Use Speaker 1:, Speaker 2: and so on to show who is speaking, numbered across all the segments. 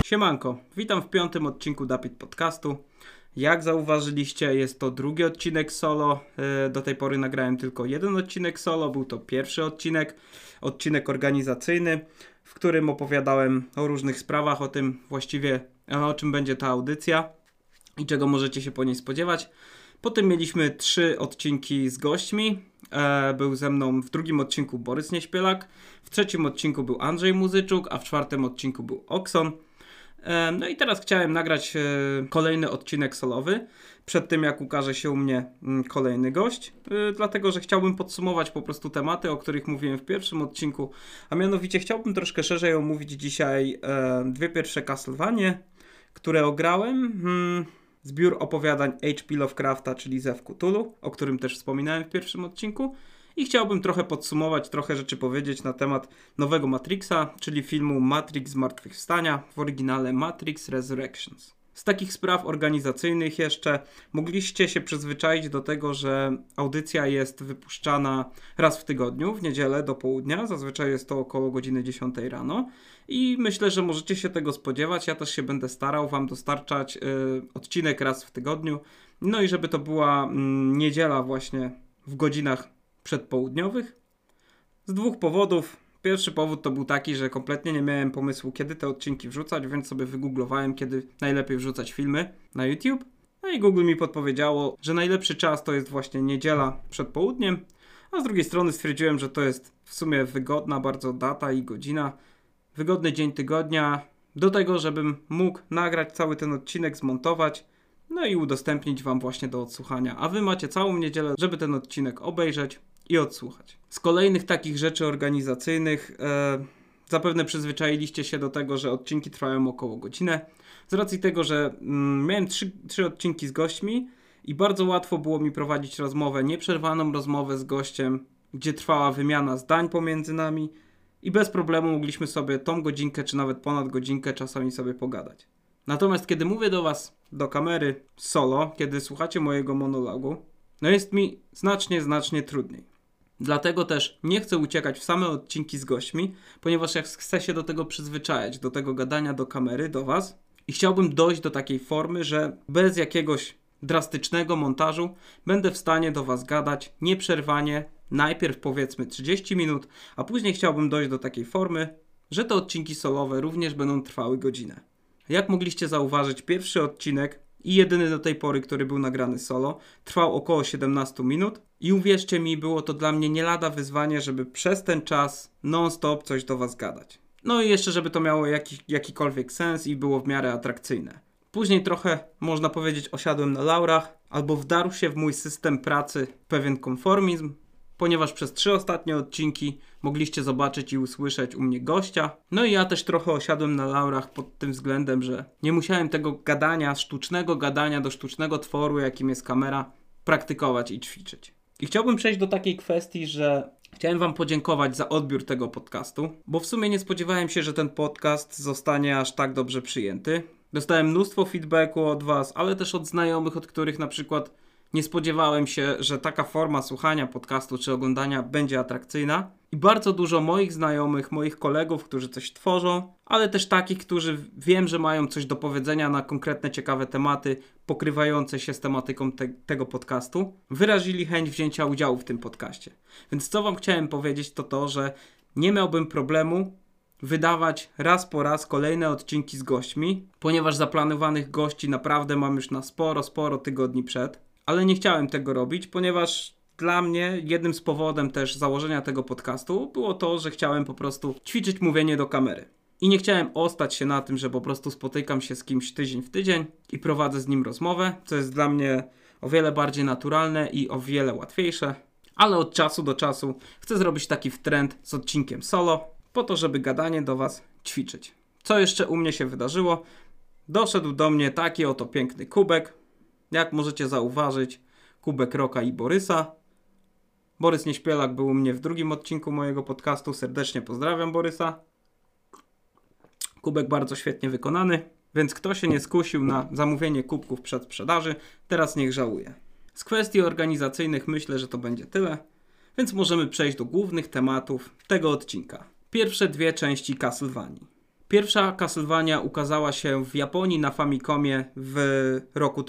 Speaker 1: Siemanko, witam w 5. odcinku Dapit Podcastu. Jak zauważyliście, jest to drugi odcinek solo. Do tej pory nagrałem tylko jeden odcinek solo, był to pierwszy odcinek organizacyjny, w którym opowiadałem o różnych sprawach, o tym właściwie, o czym będzie ta audycja i czego możecie się po niej spodziewać. Potem mieliśmy 3 odcinki z gośćmi. Był ze mną w drugim odcinku Borys Nieśpielak, w trzecim odcinku był Andrzej Muzyczuk, a w czwartym odcinku był Okson. No i teraz chciałem nagrać kolejny odcinek solowy, przed tym jak ukaże się u mnie kolejny gość, dlatego że chciałbym podsumować po prostu tematy, o których mówiłem w pierwszym odcinku, a mianowicie chciałbym troszkę szerzej omówić dzisiaj dwie pierwsze Castlevanie, które ograłem, zbiór opowiadań H.P. Lovecrafta, czyli Zew Cthulhu, o którym też wspominałem w pierwszym odcinku. I chciałbym trochę podsumować, trochę rzeczy powiedzieć na temat nowego Matrixa, czyli filmu Matrix Zmartwychwstania, w oryginale Matrix Resurrections. Z takich spraw organizacyjnych jeszcze mogliście się przyzwyczaić do tego, że audycja jest wypuszczana raz w tygodniu, w niedzielę do południa, zazwyczaj jest to około godziny 10 rano i myślę, że możecie się tego spodziewać. Ja też się będę starał Wam dostarczać odcinek raz w tygodniu, no i żeby to była niedziela właśnie w godzinach przedpołudniowych. Z dwóch powodów. Pierwszy powód to był taki, że kompletnie nie miałem pomysłu, kiedy te odcinki wrzucać, więc sobie wygooglowałem, kiedy najlepiej wrzucać filmy na YouTube. No i Google mi podpowiedziało, że najlepszy czas to jest właśnie niedziela przed południem, a z drugiej strony stwierdziłem, że to jest w sumie wygodna bardzo data i godzina, wygodny dzień tygodnia do tego, żebym mógł nagrać cały ten odcinek, zmontować, no i udostępnić Wam właśnie do odsłuchania. A Wy macie całą niedzielę, żeby ten odcinek obejrzeć i odsłuchać. Z kolejnych takich rzeczy organizacyjnych zapewne przyzwyczailiście się do tego, że odcinki trwają około godzinę. Z racji tego, że miałem 3 odcinki z gośćmi i bardzo łatwo było mi prowadzić rozmowę, nieprzerwaną rozmowę z gościem, gdzie trwała wymiana zdań pomiędzy nami i bez problemu mogliśmy sobie tą godzinkę, czy nawet ponad godzinkę czasami sobie pogadać. Natomiast kiedy mówię do Was, do kamery solo, kiedy słuchacie mojego monologu, no jest mi znacznie trudniej. Dlatego też nie chcę uciekać w same odcinki z gośćmi, ponieważ ja chcę się do tego przyzwyczajać, do tego gadania do kamery, do Was. I chciałbym dojść do takiej formy, że bez jakiegoś drastycznego montażu będę w stanie do Was gadać nieprzerwanie, najpierw powiedzmy 30 minut, a później chciałbym dojść do takiej formy, że te odcinki solowe również będą trwały godzinę. Jak mogliście zauważyć, pierwszy odcinek i jedyny do tej pory, który był nagrany solo, trwał około 17 minut i uwierzcie mi, było to dla mnie nie lada wyzwanie, żeby przez ten czas non-stop coś do Was gadać. No i jeszcze, żeby to miało jakikolwiek sens i było w miarę atrakcyjne. Później trochę, można powiedzieć, osiadłem na laurach, albo wdarł się w mój system pracy pewien konformizm, ponieważ przez 3 ostatnie odcinki mogliście zobaczyć i usłyszeć u mnie gościa. No i ja też trochę osiadłem na laurach pod tym względem, że nie musiałem tego gadania, sztucznego gadania do sztucznego tworu, jakim jest kamera, praktykować i ćwiczyć. I chciałbym przejść do takiej kwestii, że chciałem Wam podziękować za odbiór tego podcastu, bo w sumie nie spodziewałem się, że ten podcast zostanie aż tak dobrze przyjęty. Dostałem mnóstwo feedbacku od Was, ale też od znajomych, od których na przykład nie spodziewałem się, że taka forma słuchania podcastu czy oglądania będzie atrakcyjna. I bardzo dużo moich znajomych, moich kolegów, którzy coś tworzą, ale też takich, którzy wiem, że mają coś do powiedzenia na konkretne ciekawe tematy pokrywające się z tematyką tego podcastu, wyrazili chęć wzięcia udziału w tym podcaście. Więc co Wam chciałem powiedzieć, to to, że nie miałbym problemu wydawać raz po raz kolejne odcinki z gośćmi, ponieważ zaplanowanych gości naprawdę mam już na sporo tygodni przed. Ale nie chciałem tego robić, ponieważ dla mnie jednym z powodem też założenia tego podcastu było to, że chciałem po prostu ćwiczyć mówienie do kamery. I nie chciałem ostać się na tym, że po prostu spotykam się z kimś tydzień w tydzień i prowadzę z nim rozmowę, co jest dla mnie o wiele bardziej naturalne i o wiele łatwiejsze. Ale od czasu do czasu chcę zrobić taki trend z odcinkiem solo, po to, żeby gadanie do Was ćwiczyć. Co jeszcze u mnie się wydarzyło? Doszedł do mnie taki oto piękny kubek. Jak możecie zauważyć, kubek Roka i Borysa. Borys Nieśpielak był u mnie w drugim odcinku mojego podcastu. Serdecznie pozdrawiam Borysa. Kubek bardzo świetnie wykonany, więc kto się nie skusił na zamówienie kubków przed sprzedaży, teraz niech żałuje. Z kwestii organizacyjnych myślę, że to będzie tyle, więc możemy przejść do głównych tematów tego odcinka. Pierwsze 2 części Castlevanii. Pierwsza Castlevania ukazała się w Japonii na Famicomie w roku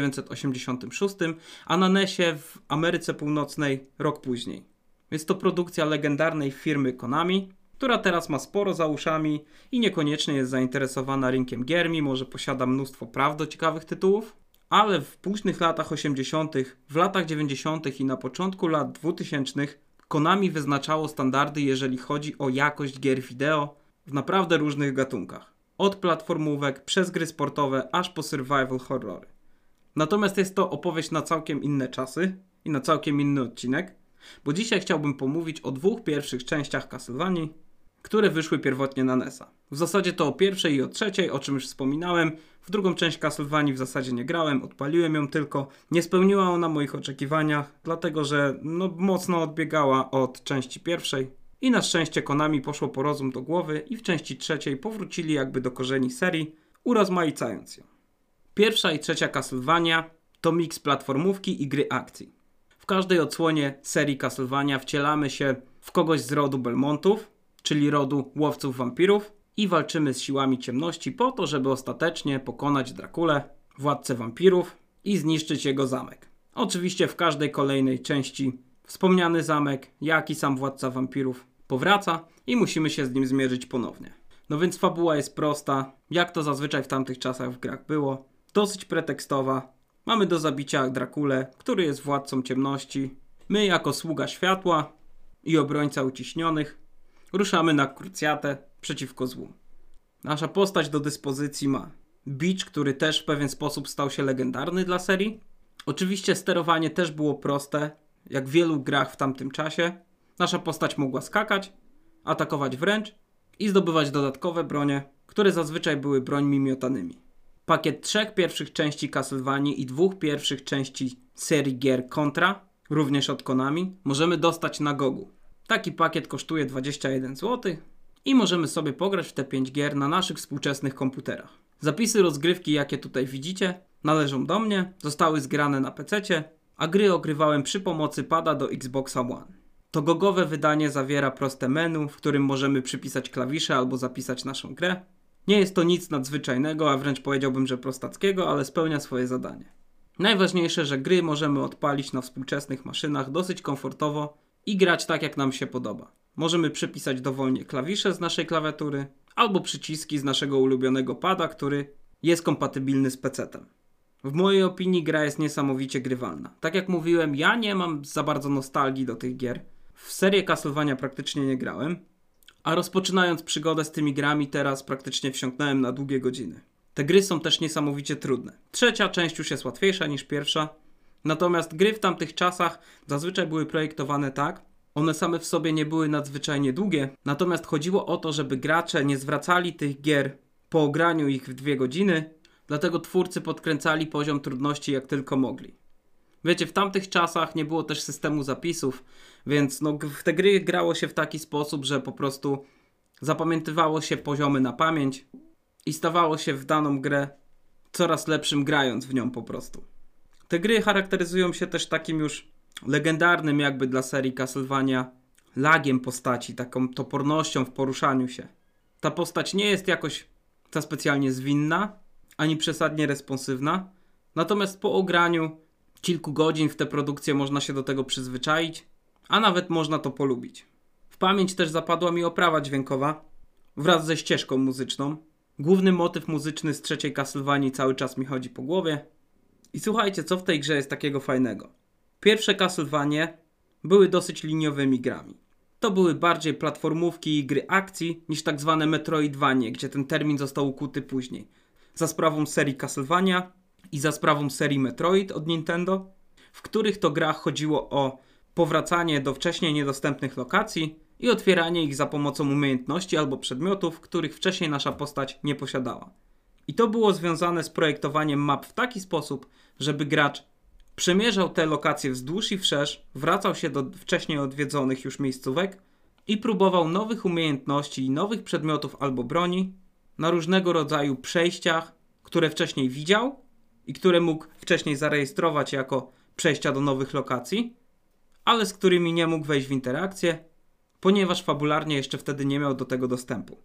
Speaker 1: 1986, a na NES-ie w Ameryce Północnej rok później. Jest to produkcja legendarnej firmy Konami, która teraz ma sporo za uszami i niekoniecznie jest zainteresowana rynkiem gier, mimo że posiada mnóstwo praw do ciekawych tytułów. Ale w późnych latach 80., w latach 90. i na początku lat 2000 Konami wyznaczało standardy, jeżeli chodzi o jakość gier wideo w naprawdę różnych gatunkach. Od platformówek, przez gry sportowe, aż po survival horrory. Natomiast jest to opowieść na całkiem inne czasy i na całkiem inny odcinek, bo dzisiaj chciałbym pomówić o dwóch pierwszych częściach Castlevanii, które wyszły pierwotnie na NES-a. W zasadzie to o pierwszej i o trzeciej, o czym już wspominałem. W drugą część Castlevanii w zasadzie nie grałem, odpaliłem ją tylko. Nie spełniła ona moich oczekiwaniach, dlatego że mocno odbiegała od części pierwszej. I na szczęście Konami poszło po rozum do głowy i w części trzeciej powrócili jakby do korzeni serii, urozmaicając ją. Pierwsza i trzecia Castlevania to miks platformówki i gry akcji. W każdej odsłonie serii Castlevania wcielamy się w kogoś z rodu Belmontów, czyli rodu łowców wampirów, i walczymy z siłami ciemności po to, żeby ostatecznie pokonać Drakulę, władcę wampirów, i zniszczyć jego zamek. Oczywiście w każdej kolejnej części wspomniany zamek, jak i sam władca wampirów powraca i musimy się z nim zmierzyć ponownie. No więc fabuła jest prosta, jak to zazwyczaj w tamtych czasach w grach było, dosyć pretekstowa. Mamy do zabicia Drakulę, który jest władcą ciemności. My jako sługa światła i obrońca uciśnionych ruszamy na krucjatę przeciwko złu. Nasza postać do dyspozycji ma bicz, który też w pewien sposób stał się legendarny dla serii. Oczywiście sterowanie też było proste, jak w wielu grach w tamtym czasie. Nasza postać mogła skakać, atakować wręcz i zdobywać dodatkowe bronie, które zazwyczaj były brońmi miotanymi. Pakiet trzech pierwszych części Castlevanii i dwóch pierwszych części serii gier Contra, również od Konami, możemy dostać na Gogu. Taki pakiet kosztuje 21 zł i możemy sobie pograć w te 5 gier na naszych współczesnych komputerach. Zapisy rozgrywki, jakie tutaj widzicie, należą do mnie, zostały zgrane na PC-cie, a gry ogrywałem przy pomocy pada do Xboxa One. To gogowe wydanie zawiera proste menu, w którym możemy przypisać klawisze albo zapisać naszą grę. Nie jest to nic nadzwyczajnego, a wręcz powiedziałbym, że prostackiego, ale spełnia swoje zadanie. Najważniejsze, że gry możemy odpalić na współczesnych maszynach dosyć komfortowo i grać tak, jak nam się podoba. Możemy przypisać dowolnie klawisze z naszej klawiatury albo przyciski z naszego ulubionego pada, który jest kompatybilny z PC-tem. W mojej opinii gra jest niesamowicie grywalna. Tak jak mówiłem, ja nie mam za bardzo nostalgii do tych gier. W serię Castlevania praktycznie nie grałem, a rozpoczynając przygodę z tymi grami teraz praktycznie wsiąknąłem na długie godziny. Te gry są też niesamowicie trudne. Trzecia część już jest łatwiejsza niż pierwsza, natomiast gry w tamtych czasach zazwyczaj były projektowane tak, one same w sobie nie były nadzwyczajnie długie, natomiast chodziło o to, żeby gracze nie zwracali tych gier po ograniu ich w 2 godziny, dlatego twórcy podkręcali poziom trudności jak tylko mogli. Wiecie, w tamtych czasach nie było też systemu zapisów, więc w te gry grało się w taki sposób, że po prostu zapamiętywało się poziomy na pamięć i stawało się w daną grę coraz lepszym grając w nią po prostu. Te gry charakteryzują się też takim już legendarnym jakby dla serii Castlevania lagiem postaci, taką topornością w poruszaniu się. Ta postać nie jest jakoś za specjalnie zwinna, ani przesadnie responsywna, natomiast po ograniu kilku godzin w tę produkcję można się do tego przyzwyczaić, a nawet można to polubić. W pamięć też zapadła mi oprawa dźwiękowa wraz ze ścieżką muzyczną. Główny motyw muzyczny z trzeciej Castlevanii cały czas mi chodzi po głowie. I słuchajcie, co w tej grze jest takiego fajnego. Pierwsze Castlevanie były dosyć liniowymi grami. To były bardziej platformówki i gry akcji niż tak zwane Metroidvanie, gdzie ten termin został ukuty później. Za sprawą serii Castlevania i za sprawą serii Metroid od Nintendo, w których to grach chodziło o powracanie do wcześniej niedostępnych lokacji i otwieranie ich za pomocą umiejętności albo przedmiotów, których wcześniej nasza postać nie posiadała. I to było związane z projektowaniem map w taki sposób, żeby gracz przemierzał te lokacje wzdłuż i wszerz, wracał się do wcześniej odwiedzonych już miejscówek i próbował nowych umiejętności i nowych przedmiotów albo broni na różnego rodzaju przejściach, które wcześniej widział i które mógł wcześniej zarejestrować jako przejścia do nowych lokacji, ale z którymi nie mógł wejść w interakcję, ponieważ fabularnie jeszcze wtedy nie miał do tego dostępu.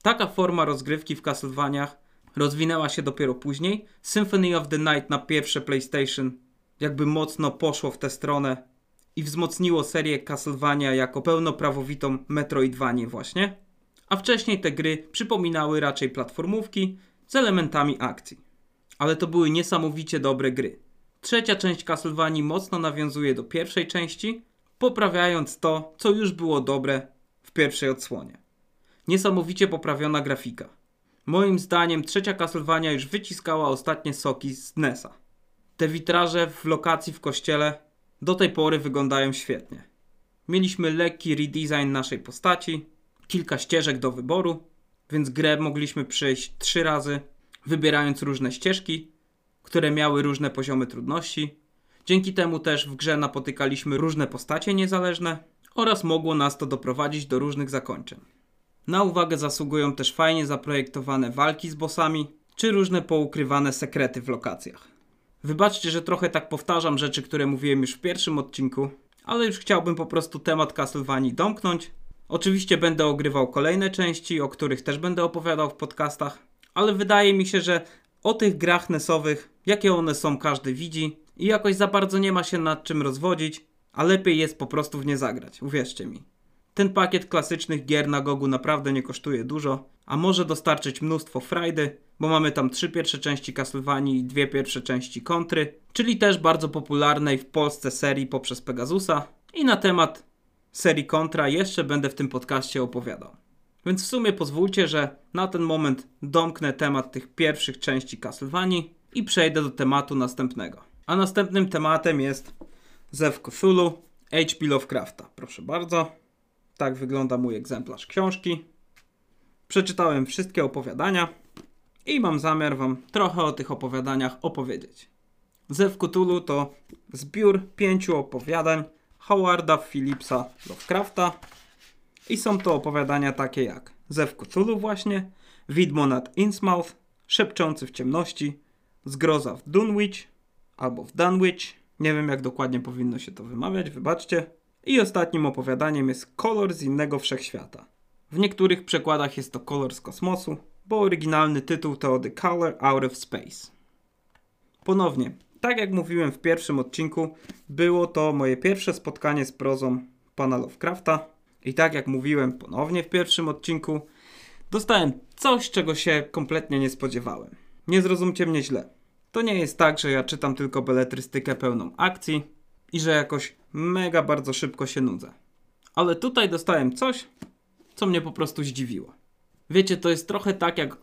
Speaker 1: Taka forma rozgrywki w Castlevaniach rozwinęła się dopiero później. Symphony of the Night na pierwsze PlayStation jakby mocno poszło w tę stronę i wzmocniło serię Castlevania jako pełnoprawowitą Metroidvanię właśnie. A wcześniej te gry przypominały raczej platformówki z elementami akcji. Ale to były niesamowicie dobre gry. Trzecia część Castlevanii mocno nawiązuje do pierwszej części, poprawiając to, co już było dobre w pierwszej odsłonie. Niesamowicie poprawiona grafika. Moim zdaniem trzecia Castlevania już wyciskała ostatnie soki z NES-a. Te witraże w lokacji w kościele do tej pory wyglądają świetnie. Mieliśmy lekki redesign naszej postaci, kilka ścieżek do wyboru, więc grę mogliśmy przejść 3 razy, wybierając różne ścieżki, które miały różne poziomy trudności. Dzięki temu też w grze napotykaliśmy różne postacie niezależne oraz mogło nas to doprowadzić do różnych zakończeń. Na uwagę zasługują też fajnie zaprojektowane walki z bossami, czy różne poukrywane sekrety w lokacjach. Wybaczcie, że trochę tak powtarzam rzeczy, które mówiłem już w pierwszym odcinku, ale już chciałbym po prostu temat Castlevanii domknąć. Oczywiście będę ogrywał kolejne części, o których też będę opowiadał w podcastach, ale wydaje mi się, że o tych grach NES-owych, jakie one są, każdy widzi i jakoś za bardzo nie ma się nad czym rozwodzić, a lepiej jest po prostu w nie zagrać, uwierzcie mi. Ten pakiet klasycznych gier na Gogu naprawdę nie kosztuje dużo, a może dostarczyć mnóstwo frajdy, bo mamy tam 3 pierwsze części Castlevanii i 2 pierwsze części Kontry, czyli też bardzo popularnej w Polsce serii poprzez Pegasusa i na temat serii Contra jeszcze będę w tym podcaście opowiadał. Więc w sumie pozwólcie, że na ten moment domknę temat tych pierwszych części Castlevanii i przejdę do tematu następnego. A następnym tematem jest Zew Cthulhu H.P. Lovecrafta. Proszę bardzo. Tak wygląda mój egzemplarz książki. Przeczytałem wszystkie opowiadania i mam zamiar wam trochę o tych opowiadaniach opowiedzieć. Zew Cthulhu to zbiór 5 opowiadań Howarda Phillipsa Lovecrafta i są to opowiadania takie jak Zew Cthulhu właśnie, Widmo nad Innsmouth, Szepczący w ciemności, Zgroza w Dunwich albo w Dunwich, nie wiem jak dokładnie powinno się to wymawiać, wybaczcie. I ostatnim opowiadaniem jest Kolor z innego wszechświata. W niektórych przekładach jest to Kolor z kosmosu, bo oryginalny tytuł to The Color Out of Space. Ponownie, tak jak mówiłem w pierwszym odcinku, było to moje pierwsze spotkanie z prozą pana Lovecrafta. I tak jak mówiłem ponownie w pierwszym odcinku, dostałem coś, czego się kompletnie nie spodziewałem. Nie zrozumcie mnie źle. To nie jest tak, że ja czytam tylko beletrystykę pełną akcji i że jakoś mega bardzo szybko się nudzę. Ale tutaj dostałem coś, co mnie po prostu zdziwiło. Wiecie, to jest trochę tak jak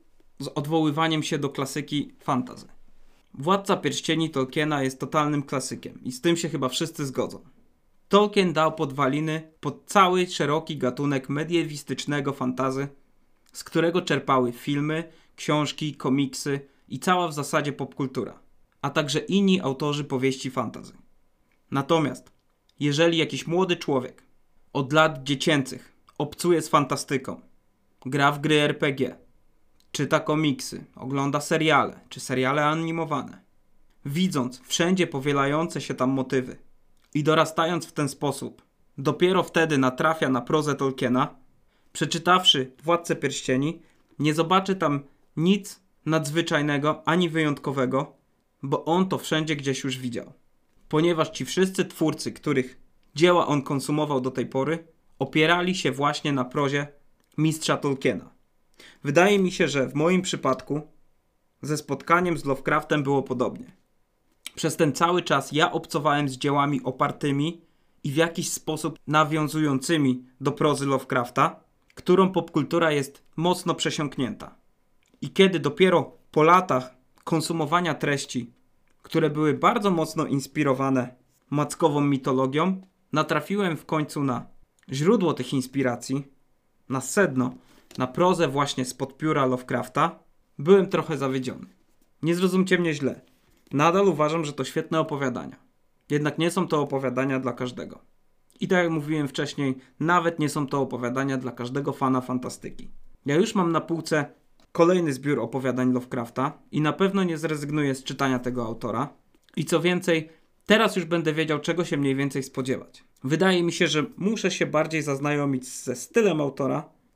Speaker 1: z odwoływaniem się do klasyki fantasy. Władca Pierścieni Tolkiena jest totalnym klasykiem i z tym się chyba wszyscy zgodzą. Tolkien dał podwaliny pod cały szeroki gatunek mediewistycznego fantasy, z którego czerpały filmy, książki, komiksy i cała w zasadzie popkultura, a także inni autorzy powieści fantasy. Natomiast, jeżeli jakiś młody człowiek od lat dziecięcych obcuje z fantastyką, gra w gry RPG, czyta komiksy, ogląda seriale czy seriale animowane, widząc wszędzie powielające się tam motywy i dorastając w ten sposób, dopiero wtedy natrafia na prozę Tolkiena, przeczytawszy Władcę Pierścieni, nie zobaczy tam nic nadzwyczajnego ani wyjątkowego, bo on to wszędzie gdzieś już widział. Ponieważ ci wszyscy twórcy, których dzieła on konsumował do tej pory, opierali się właśnie na prozie mistrza Tolkiena. Wydaje mi się, że w moim przypadku ze spotkaniem z Lovecraftem było podobnie. Przez ten cały czas ja obcowałem z dziełami opartymi i w jakiś sposób nawiązującymi do prozy Lovecrafta, którą popkultura jest mocno przesiąknięta. I kiedy dopiero po latach konsumowania treści, które były bardzo mocno inspirowane mackową mitologią, natrafiłem w końcu na źródło tych inspiracji, na sedno, na prozę właśnie spod pióra Lovecrafta, byłem trochę zawiedziony. Nie zrozumcie mnie źle. Nadal uważam, że to świetne opowiadania. Jednak nie są to opowiadania dla każdego. I tak jak mówiłem wcześniej, nawet nie są to opowiadania dla każdego fana fantastyki. Ja już mam na półce kolejny zbiór opowiadań Lovecrafta i na pewno nie zrezygnuję z czytania tego autora. I co więcej, teraz już będę wiedział, czego się mniej więcej spodziewać. Wydaje mi się, że muszę się bardziej zaznajomić ze stylem autora,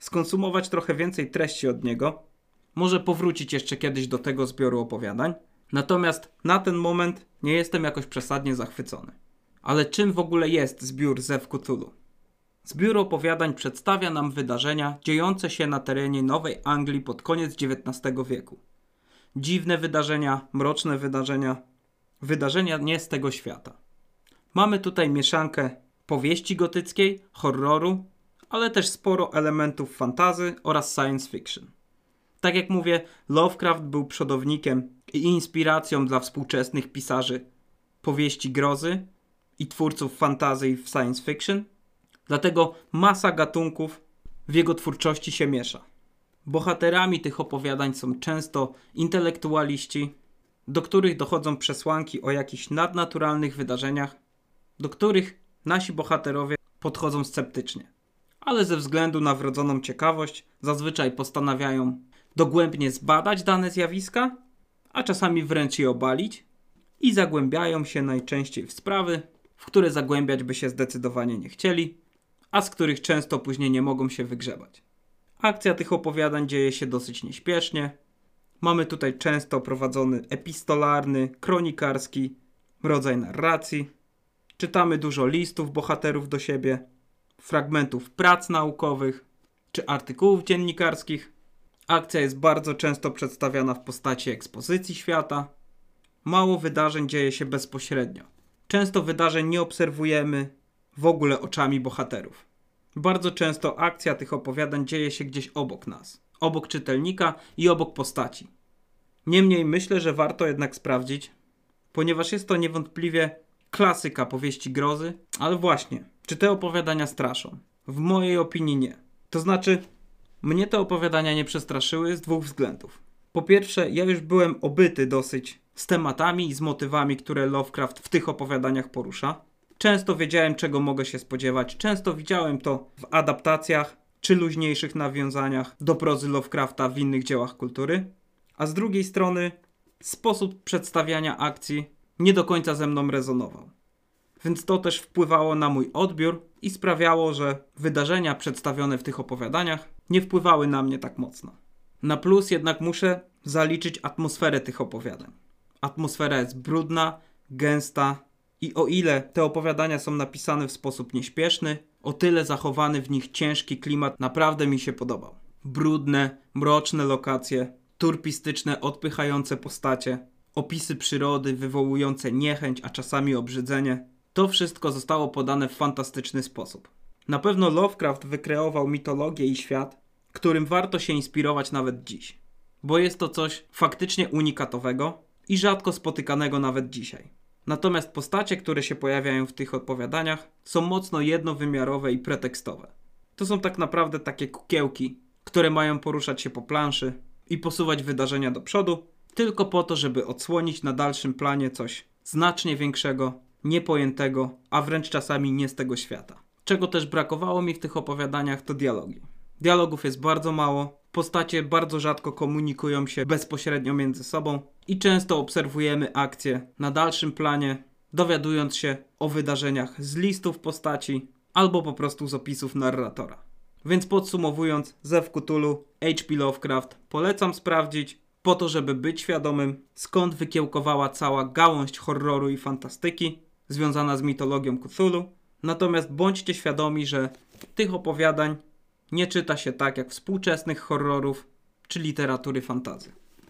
Speaker 1: skonsumować trochę więcej treści od niego, może powrócić jeszcze kiedyś do tego zbioru opowiadań, natomiast na ten moment nie jestem jakoś przesadnie zachwycony. Ale czym w ogóle jest zbiór Zew Cthulhu? Zbiór opowiadań przedstawia nam wydarzenia dziejące się na terenie Nowej Anglii pod koniec XIX wieku. Dziwne wydarzenia, mroczne wydarzenia, wydarzenia nie z tego świata. Mamy tutaj mieszankę powieści gotyckiej, horroru, ale też sporo elementów fantasy oraz science fiction. Tak jak mówię, Lovecraft był przodownikiem i inspiracją dla współczesnych pisarzy powieści grozy i twórców fantasy i science fiction, dlatego masa gatunków w jego twórczości się miesza. Bohaterami tych opowiadań są często intelektualiści, do których dochodzą przesłanki o jakichś nadnaturalnych wydarzeniach, do których nasi bohaterowie podchodzą sceptycznie. Ale ze względu na wrodzoną ciekawość zazwyczaj postanawiają dogłębnie zbadać dane zjawiska, a czasami wręcz je obalić i zagłębiają się najczęściej w sprawy, w które zagłębiać by się zdecydowanie nie chcieli, a z których często później nie mogą się wygrzebać. Akcja tych opowiadań dzieje się dosyć nieśpiesznie. Mamy tutaj często prowadzony epistolarny, kronikarski rodzaj narracji. Czytamy dużo listów bohaterów do siebie, fragmentów prac naukowych czy artykułów dziennikarskich. Akcja jest bardzo często przedstawiana w postaci ekspozycji świata. Mało wydarzeń dzieje się bezpośrednio. Często wydarzeń nie obserwujemy w ogóle oczami bohaterów. Bardzo często akcja tych opowiadań dzieje się gdzieś obok nas, obok czytelnika i obok postaci. Niemniej myślę, że warto jednak sprawdzić, ponieważ jest to niewątpliwie klasyka powieści grozy, ale właśnie, czy te opowiadania straszą? W mojej opinii nie. To znaczy, mnie te opowiadania nie przestraszyły z dwóch względów. Po pierwsze, ja już byłem obyty dosyć z tematami i z motywami, które Lovecraft w tych opowiadaniach porusza. Często wiedziałem, czego mogę się spodziewać. Często widziałem to w adaptacjach czy luźniejszych nawiązaniach do prozy Lovecrafta w innych dziełach kultury. A z drugiej strony sposób przedstawiania akcji nie do końca ze mną rezonował. Więc to też wpływało na mój odbiór i sprawiało, że wydarzenia przedstawione w tych opowiadaniach nie wpływały na mnie tak mocno. Na plus jednak muszę zaliczyć atmosferę tych opowiadań. Atmosfera jest brudna, gęsta i o ile te opowiadania są napisane w sposób nieśpieszny, o tyle zachowany w nich ciężki klimat naprawdę mi się podobał. Brudne, mroczne lokacje, turpistyczne, odpychające postacie, opisy przyrody wywołujące niechęć, a czasami obrzydzenie. To wszystko zostało podane w fantastyczny sposób. Na pewno Lovecraft wykreował mitologię i świat, którym warto się inspirować nawet dziś. Bo jest to coś faktycznie unikatowego i rzadko spotykanego nawet dzisiaj. Natomiast postacie, które się pojawiają w tych opowiadaniach, są mocno jednowymiarowe i pretekstowe. To są tak naprawdę takie kukiełki, które mają poruszać się po planszy i posuwać wydarzenia do przodu, tylko po to, żeby odsłonić na dalszym planie coś znacznie większego, niepojętego, a wręcz czasami nie z tego świata. Czego też brakowało mi w tych opowiadaniach, to dialogi. Dialogów jest bardzo mało, postacie bardzo rzadko komunikują się bezpośrednio między sobą i często obserwujemy akcje na dalszym planie, dowiadując się o wydarzeniach z listów postaci albo po prostu z opisów narratora. Więc podsumowując, Zew Cthulhu, H.P. Lovecraft polecam sprawdzić po to, żeby być świadomym, skąd wykiełkowała cała gałąź horroru i fantastyki związana z mitologią Cthulhu. Natomiast bądźcie świadomi, że tych opowiadań nie czyta się tak jak współczesnych horrorów czy literatury fantasy.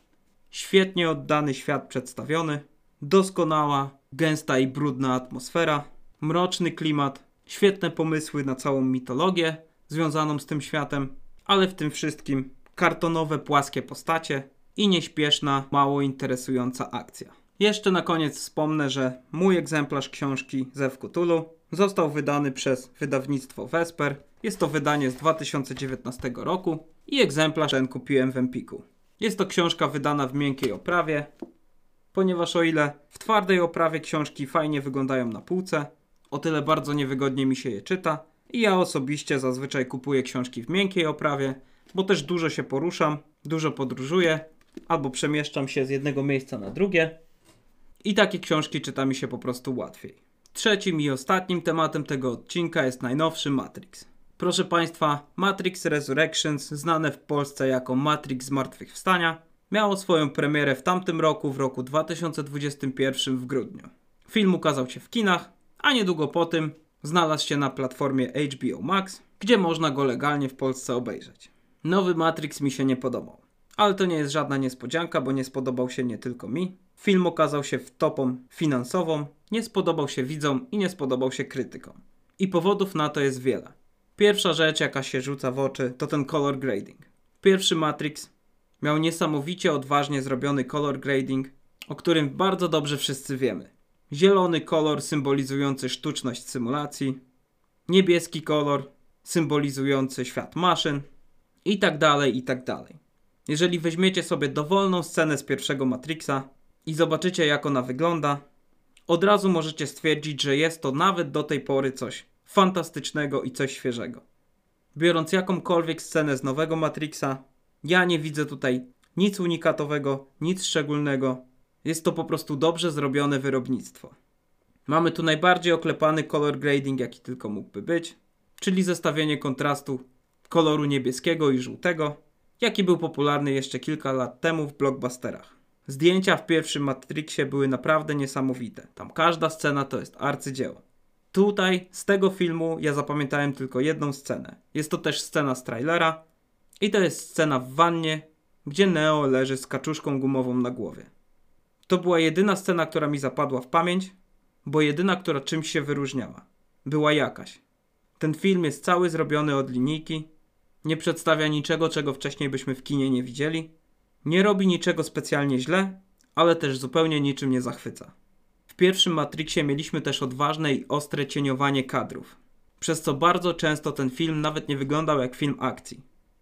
Speaker 1: Świetnie oddany świat przedstawiony, doskonała, gęsta i brudna atmosfera, mroczny klimat, świetne pomysły na całą mitologię związaną z tym światem, ale w tym wszystkim kartonowe, płaskie postacie i nieśpieszna, mało interesująca akcja. Jeszcze na koniec wspomnę, że mój egzemplarz książki Zew Cthulhu został wydany przez wydawnictwo Vesper. Jest to wydanie z 2019 roku i egzemplarz ten kupiłem w Empiku. Jest to książka wydana w miękkiej oprawie, ponieważ o ile w twardej oprawie książki fajnie wyglądają na półce, o tyle bardzo niewygodnie mi się je czyta i ja osobiście zazwyczaj kupuję książki w miękkiej oprawie, bo też dużo się poruszam, dużo podróżuję albo przemieszczam się z jednego miejsca na drugie i takie książki czyta mi się po prostu łatwiej. Trzecim i ostatnim tematem tego odcinka jest najnowszy Matrix. Proszę Państwa, Matrix Resurrections, znane w Polsce jako Matrix Zmartwychwstania, miało swoją premierę w tamtym roku, w roku 2021 w grudniu. Film ukazał się w kinach, a niedługo po tym znalazł się na platformie HBO Max, gdzie można go legalnie w Polsce obejrzeć. Nowy Matrix mi się nie podobał. Ale to nie jest żadna niespodzianka, bo nie spodobał się nie tylko mi. Film okazał się wtopą finansową, nie spodobał się widzom i nie spodobał się krytykom. I powodów na to jest wiele. Pierwsza rzecz, jaka się rzuca w oczy, to ten color grading. Pierwszy Matrix miał niesamowicie odważnie zrobiony color grading, o którym bardzo dobrze wszyscy wiemy. Zielony kolor symbolizujący sztuczność symulacji, niebieski kolor symbolizujący świat maszyn i tak dalej, i tak dalej. Jeżeli weźmiecie sobie dowolną scenę z pierwszego Matrixa i zobaczycie, jak ona wygląda, od razu możecie stwierdzić, że jest to nawet do tej pory coś fantastycznego i coś świeżego. Biorąc jakąkolwiek scenę z nowego Matrixa, ja nie widzę tutaj nic unikatowego, nic szczególnego. Jest to po prostu dobrze zrobione wyrobnictwo. Mamy tu najbardziej oklepany color grading, jaki tylko mógłby być, czyli zestawienie kontrastu koloru niebieskiego i żółtego, jaki był popularny jeszcze kilka lat temu w blockbusterach. Zdjęcia w pierwszym Matrixie były naprawdę niesamowite. Tam każda scena to jest arcydzieło. Tutaj z tego filmu ja zapamiętałem tylko jedną scenę. Jest to też scena z trailera i to jest scena w wannie, gdzie Neo leży z kaczuszką gumową na głowie. To była jedyna scena, która mi zapadła w pamięć, bo jedyna, która czymś się wyróżniała. Była jakaś. Ten film jest cały zrobiony od linijki, nie przedstawia niczego, czego wcześniej byśmy w kinie nie widzieli, nie robi niczego specjalnie źle, ale też zupełnie niczym nie zachwyca. W pierwszym Matrixie mieliśmy też odważne i ostre cieniowanie kadrów, przez co bardzo często ten film nawet nie wyglądał jak film akcji.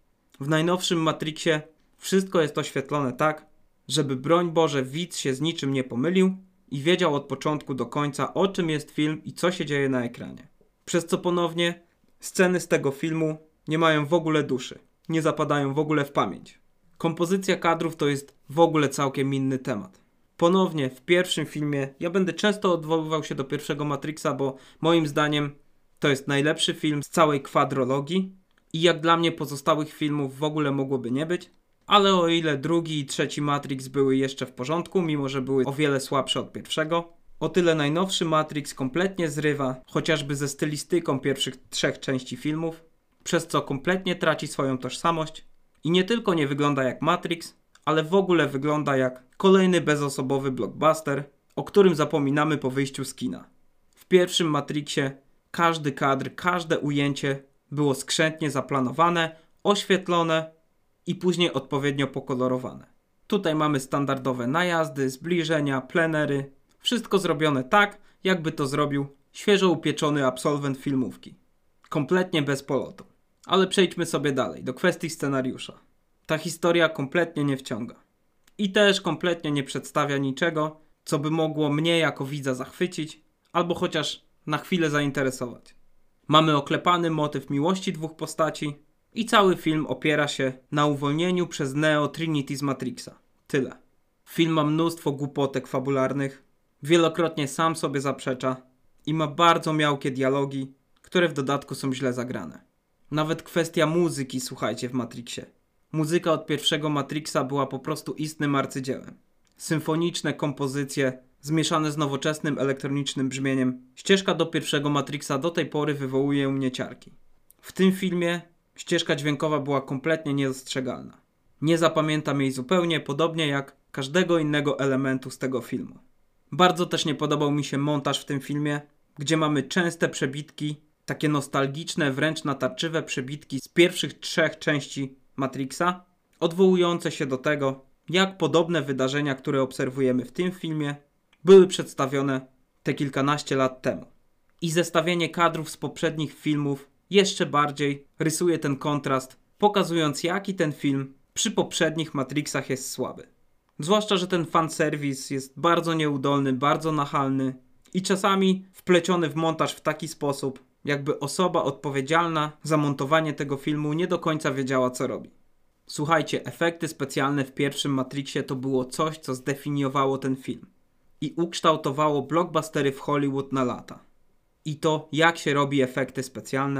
Speaker 1: W najnowszym Matrixie wszystko jest oświetlone tak, żeby broń Boże widz się z niczym nie pomylił i wiedział od początku do końca, o czym jest film i co się dzieje na ekranie. Przez co ponownie sceny z tego filmu nie mają w ogóle duszy, nie zapadają w ogóle w pamięć. Kompozycja kadrów to jest w ogóle całkiem inny temat. Ponownie w pierwszym filmie ja będę często odwoływał się do pierwszego Matrixa, bo moim zdaniem to jest najlepszy film z całej kwadrologii i jak dla mnie pozostałych filmów w ogóle mogłoby nie być. Ale o ile drugi i trzeci Matrix były jeszcze w porządku, mimo że były o wiele słabsze od pierwszego, o tyle najnowszy Matrix kompletnie zrywa chociażby ze stylistyką pierwszych trzech części filmów, przez co kompletnie traci swoją tożsamość i nie tylko nie wygląda jak Matrix, ale w ogóle wygląda jak kolejny bezosobowy blockbuster, o którym zapominamy po wyjściu z kina. W pierwszym Matrixie każdy kadr, każde ujęcie było skrzętnie zaplanowane, oświetlone i później odpowiednio pokolorowane. Tutaj mamy standardowe najazdy, zbliżenia, plenery. Wszystko zrobione tak, jakby to zrobił świeżo upieczony absolwent filmówki. Kompletnie bez polotu. Ale przejdźmy sobie dalej, do kwestii scenariusza. Ta historia kompletnie nie wciąga. I też kompletnie nie przedstawia niczego, co by mogło mnie jako widza zachwycić, albo chociaż na chwilę zainteresować. Mamy oklepany motyw miłości dwóch postaci i cały film opiera się na uwolnieniu przez Neo Trinity z Matrixa. Tyle. Film ma mnóstwo głupotek fabularnych, wielokrotnie sam sobie zaprzecza i ma bardzo miałkie dialogi, które w dodatku są źle zagrane. Nawet kwestia muzyki, słuchajcie, w Matrixie. Muzyka od pierwszego Matrixa była po prostu istnym arcydziełem. Symfoniczne kompozycje zmieszane z nowoczesnym elektronicznym brzmieniem. Ścieżka do pierwszego Matrixa do tej pory wywołuje u mnie ciarki. W tym filmie ścieżka dźwiękowa była kompletnie niedostrzegalna. Nie zapamiętam jej zupełnie, podobnie jak każdego innego elementu z tego filmu. Bardzo też nie podobał mi się montaż w tym filmie, gdzie mamy częste przebitki, takie nostalgiczne, wręcz natarczywe przebitki z pierwszych trzech części Matrixa, odwołujące się do tego, jak podobne wydarzenia, które obserwujemy w tym filmie, były przedstawione te kilkanaście lat temu. I zestawienie kadrów z poprzednich filmów jeszcze bardziej rysuje ten kontrast, pokazując jaki ten film przy poprzednich Matrixach jest słaby. Zwłaszcza, że ten fanserwis jest bardzo nieudolny, bardzo nachalny i czasami wpleciony w montaż w taki sposób, jakby osoba odpowiedzialna za montowanie tego filmu nie do końca wiedziała, co robi. Słuchajcie, efekty specjalne w pierwszym Matrixie to było coś, co zdefiniowało ten film i ukształtowało blockbustery w Hollywood na lata. I to, jak się robi efekty specjalne,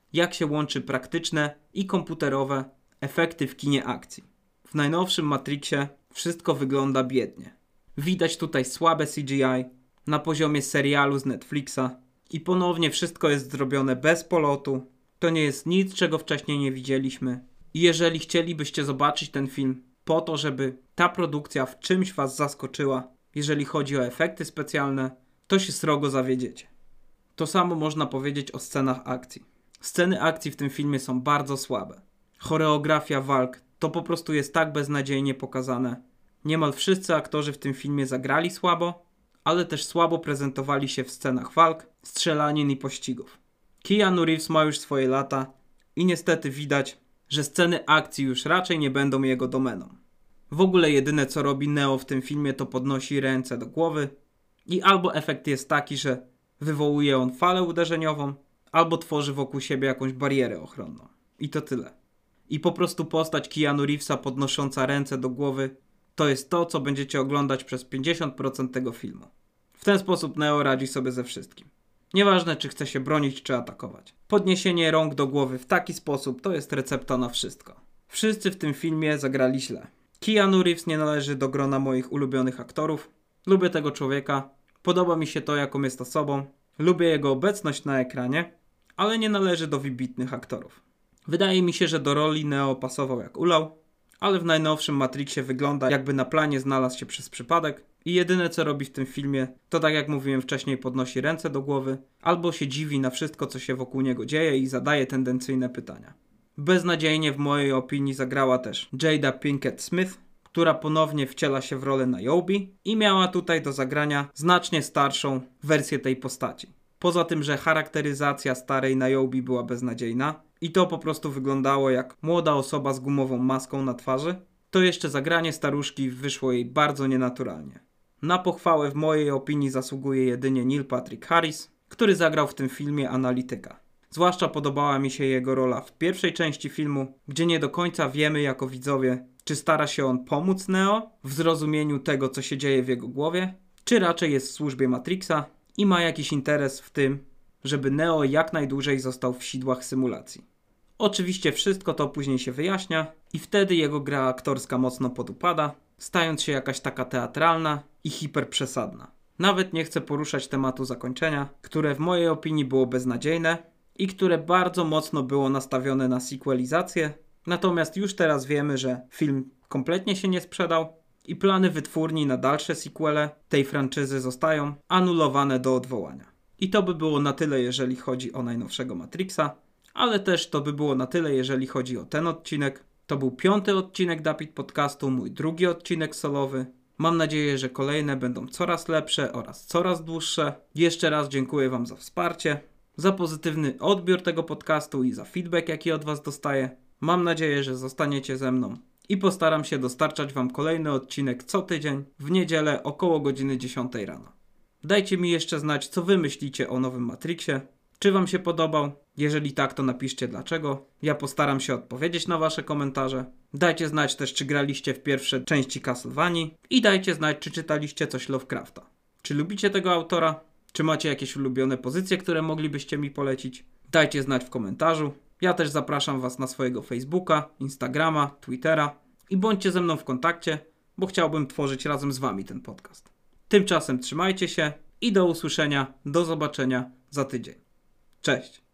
Speaker 1: jak się łączy praktyczne i komputerowe efekty w kinie akcji. W najnowszym Matrixie wszystko wygląda biednie. Widać tutaj słabe CGI na poziomie serialu z Netflixa i ponownie wszystko jest zrobione bez polotu. To nie jest nic, czego wcześniej nie widzieliśmy. I jeżeli chcielibyście zobaczyć ten film po to, żeby ta produkcja w czymś was zaskoczyła, jeżeli chodzi o efekty specjalne, to się srogo zawiedziecie. To samo można powiedzieć o scenach akcji. Sceny akcji w tym filmie są bardzo słabe. Choreografia walk to po prostu jest tak beznadziejnie pokazane. Niemal wszyscy aktorzy w tym filmie zagrali słabo, ale też słabo prezentowali się w scenach walk, strzelanin i pościgów. Keanu Reeves ma już swoje lata i niestety widać, że sceny akcji już raczej nie będą jego domeną. W ogóle jedyne co robi Neo w tym filmie to podnosi ręce do głowy i albo efekt jest taki, że wywołuje on falę uderzeniową, albo tworzy wokół siebie jakąś barierę ochronną. I to tyle. I po prostu postać Keanu Reevesa podnosząca ręce do głowy to jest to, co będziecie oglądać przez 50% tego filmu. W ten sposób Neo radzi sobie ze wszystkim. Nieważne, czy chce się bronić, czy atakować. Podniesienie rąk do głowy w taki sposób to jest recepta na wszystko. Wszyscy w tym filmie zagrali źle. Keanu Reeves nie należy do grona moich ulubionych aktorów. Lubię tego człowieka. Podoba mi się to, jaką jest osobą. Lubię jego obecność na ekranie, ale nie należy do wybitnych aktorów. Wydaje mi się, że do roli Neo pasował jak ulał, ale w najnowszym Matrixie wygląda, jakby na planie znalazł się przez przypadek i jedyne co robi w tym filmie to, tak jak mówiłem wcześniej, podnosi ręce do głowy albo się dziwi na wszystko, co się wokół niego dzieje i zadaje tendencyjne pytania. Beznadziejnie w mojej opinii zagrała też Jada Pinkett Smith, która ponownie wciela się w rolę Niobe i miała tutaj do zagrania znacznie starszą wersję tej postaci. Poza tym, że charakteryzacja starej Niobe była beznadziejna i to po prostu wyglądało jak młoda osoba z gumową maską na twarzy, to jeszcze zagranie staruszki wyszło jej bardzo nienaturalnie. Na pochwałę w mojej opinii zasługuje jedynie Neil Patrick Harris, który zagrał w tym filmie analityka. Zwłaszcza podobała mi się jego rola w pierwszej części filmu, gdzie nie do końca wiemy jako widzowie, czy stara się on pomóc Neo w zrozumieniu tego, co się dzieje w jego głowie, czy raczej jest w służbie Matrixa i ma jakiś interes w tym, żeby Neo jak najdłużej został w sidłach symulacji. Oczywiście wszystko to później się wyjaśnia i wtedy jego gra aktorska mocno podupada, stając się jakaś taka teatralna i hiperprzesadna. Nawet nie chcę poruszać tematu zakończenia, które w mojej opinii było beznadziejne i które bardzo mocno było nastawione na sequelizację, natomiast już teraz wiemy, że film kompletnie się nie sprzedał i plany wytwórni na dalsze sequele tej franczyzy zostają anulowane do odwołania. I to by było na tyle, jeżeli chodzi o najnowszego Matrixa, ale też to by było na tyle, jeżeli chodzi o ten odcinek. To był 5. odcinek Dapit Podcastu, mój drugi odcinek solowy. Mam nadzieję, że kolejne będą coraz lepsze oraz coraz dłuższe. Jeszcze raz dziękuję Wam za wsparcie, za pozytywny odbiór tego podcastu i za feedback, jaki od Was dostaję. Mam nadzieję, że zostaniecie ze mną i postaram się dostarczać Wam kolejny odcinek co tydzień w niedzielę około godziny 10 rano. Dajcie mi jeszcze znać, co Wy myślicie o nowym Matrixie. Czy Wam się podobał? Jeżeli tak, to napiszcie dlaczego. Ja postaram się odpowiedzieć na Wasze komentarze. Dajcie znać też, czy graliście w pierwsze części Castlevanii i dajcie znać, czy czytaliście coś Lovecrafta. Czy lubicie tego autora? Czy macie jakieś ulubione pozycje, które moglibyście mi polecić? Dajcie znać w komentarzu. Ja też zapraszam Was na swojego Facebooka, Instagrama, Twittera i bądźcie ze mną w kontakcie, bo chciałbym tworzyć razem z Wami ten podcast. Tymczasem trzymajcie się i do usłyszenia, do zobaczenia za tydzień. Cześć!